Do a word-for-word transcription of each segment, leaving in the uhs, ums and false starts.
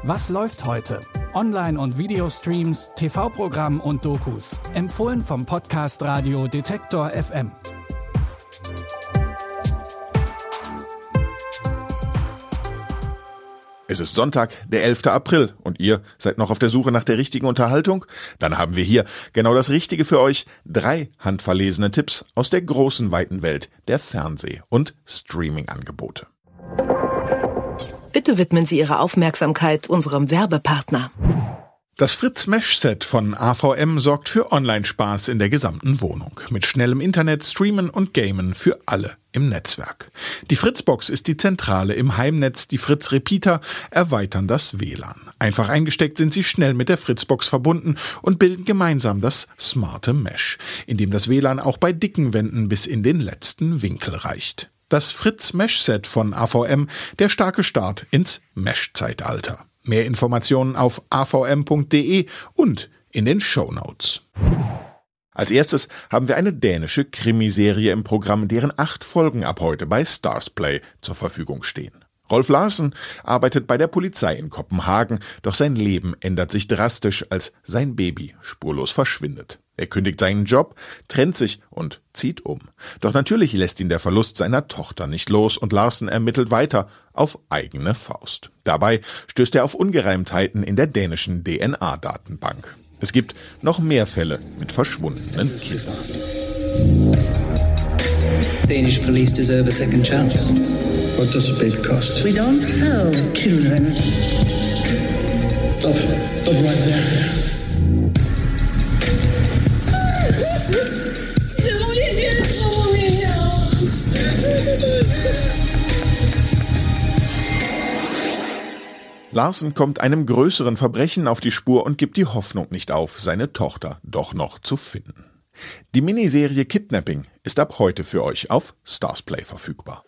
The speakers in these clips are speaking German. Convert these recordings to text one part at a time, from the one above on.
Was läuft heute? Online- und Videostreams, T V-Programm und Dokus. Empfohlen vom Podcast Radio Detektor F M. Es ist Sonntag, der elfter April und ihr seid noch auf der Suche nach der richtigen Unterhaltung? Dann haben wir hier genau das Richtige für euch. Drei handverlesene Tipps aus der großen, weiten Welt der Fernseh- und Streaming-Angebote. Bitte widmen Sie Ihre Aufmerksamkeit unserem Werbepartner. Das Fritz-Mesh-Set von A V M sorgt für Online-Spaß in der gesamten Wohnung. Mit schnellem Internet, Streamen und Gamen für alle im Netzwerk. Die Fritzbox ist die Zentrale im Heimnetz, die Fritz-Repeater erweitern das W L A N. Einfach eingesteckt sind sie schnell mit der Fritzbox verbunden und bilden gemeinsam das smarte Mesh, in dem das W L A N auch bei dicken Wänden bis in den letzten Winkel reicht. Das Fritz-Mesh-Set von A V M, der starke Start ins Mesh-Zeitalter. Mehr Informationen auf a v m punkt d e und in den Shownotes. Als erstes haben wir eine dänische Krimiserie im Programm, deren acht Folgen ab heute bei Starzplay zur Verfügung stehen. Rolf Larsen arbeitet bei der Polizei in Kopenhagen, doch sein Leben ändert sich drastisch, als sein Baby spurlos verschwindet. Er kündigt seinen Job, trennt sich und zieht um. Doch natürlich lässt ihn der Verlust seiner Tochter nicht los und Larsen ermittelt weiter auf eigene Faust. Dabei stößt er auf Ungereimtheiten in der dänischen D N A-Datenbank. Es gibt noch mehr Fälle mit verschwundenen Kindern. Danish police deserve a second chance. What does a baby cost? We don't sell children. Stop. Stop right there. Larsen kommt einem größeren Verbrechen auf die Spur und gibt die Hoffnung nicht auf, seine Tochter doch noch zu finden. Die Miniserie Kidnapping ist ab heute für euch auf Starzplay verfügbar.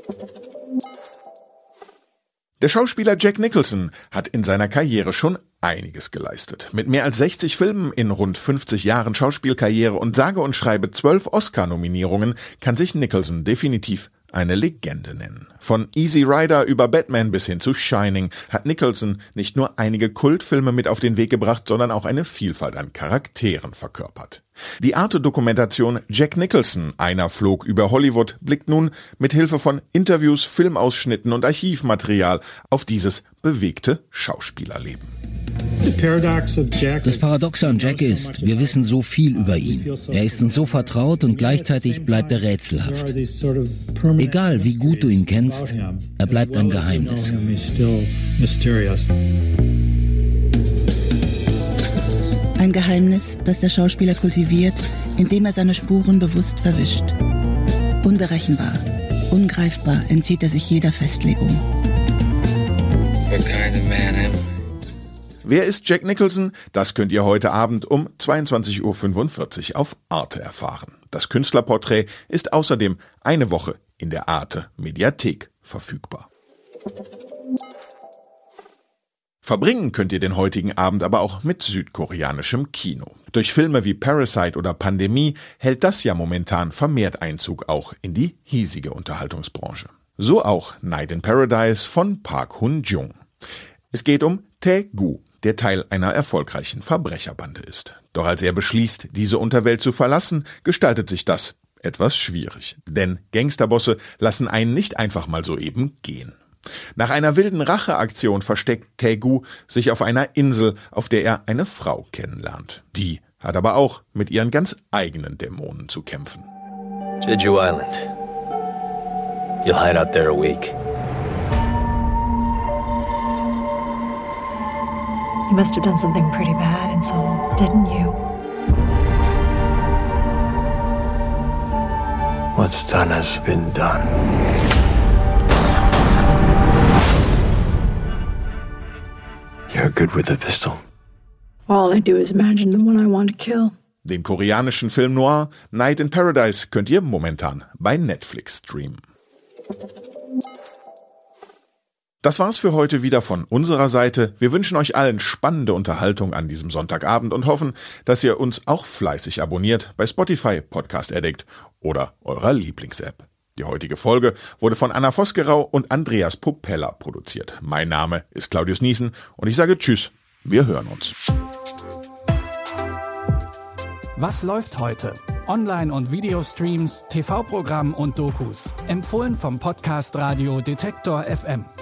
Der Schauspieler Jack Nicholson hat in seiner Karriere schon einiges geleistet. Mit mehr als sechzig Filmen in rund fünfzig Jahren Schauspielkarriere und sage und schreibe zwölf Oscar-Nominierungen kann sich Nicholson definitiv eine Legende nennen. Von Easy Rider über Batman bis hin zu Shining hat Nicholson nicht nur einige Kultfilme mit auf den Weg gebracht, sondern auch eine Vielfalt an Charakteren verkörpert. Die Arte-Dokumentation Jack Nicholson, einer flog über Hollywood, blickt nun mit Hilfe von Interviews, Filmausschnitten und Archivmaterial auf dieses bewegte Schauspielerleben. Das Paradoxe an Jack ist, wir wissen so viel über ihn. Er ist uns so vertraut und gleichzeitig bleibt er rätselhaft. Egal wie gut du ihn kennst, er bleibt ein Geheimnis. Ein Geheimnis, das der Schauspieler kultiviert, indem er seine Spuren bewusst verwischt. Unberechenbar, ungreifbar entzieht er sich jeder Festlegung. What kind of man am I? Wer ist Jack Nicholson? Das könnt ihr heute Abend um zweiundzwanzig Uhr fünfundvierzig auf Arte erfahren. Das Künstlerporträt ist außerdem eine Woche in der Arte Mediathek verfügbar. Verbringen könnt ihr den heutigen Abend aber auch mit südkoreanischem Kino. Durch Filme wie Parasite oder Pandemie hält das ja momentan vermehrt Einzug auch in die hiesige Unterhaltungsbranche. So auch Night in Paradise von Park Hun-jung. Es geht um Tae-gu, der Teil einer erfolgreichen Verbrecherbande ist. Doch als er beschließt, diese Unterwelt zu verlassen, gestaltet sich das etwas schwierig. Denn Gangsterbosse lassen einen nicht einfach mal so eben gehen. Nach einer wilden Racheaktion versteckt Tae-gu sich auf einer Insel, auf der er eine Frau kennenlernt. Die hat aber auch mit ihren ganz eigenen Dämonen zu kämpfen. Jeju Island. You'll hide out there a week. You must have done something pretty bad in Seoul, didn't you? What's done has been done. You're good with a pistol. All I do is imagine the one I want to kill. Den koreanischen Film Noir Night in Paradise könnt ihr momentan bei Netflix streamen. Das war's für heute wieder von unserer Seite. Wir wünschen euch allen spannende Unterhaltung an diesem Sonntagabend und hoffen, dass ihr uns auch fleißig abonniert bei Spotify, Podcast Addict oder eurer Lieblings-App. Die heutige Folge wurde von Anna Vosgerau und Andreas Popella produziert. Mein Name ist Claudius Niesen und ich sage Tschüss, wir hören uns. Was läuft heute? Online- und Videostreams, T V-Programm und Dokus. Empfohlen vom Podcast Radio Detektor F M.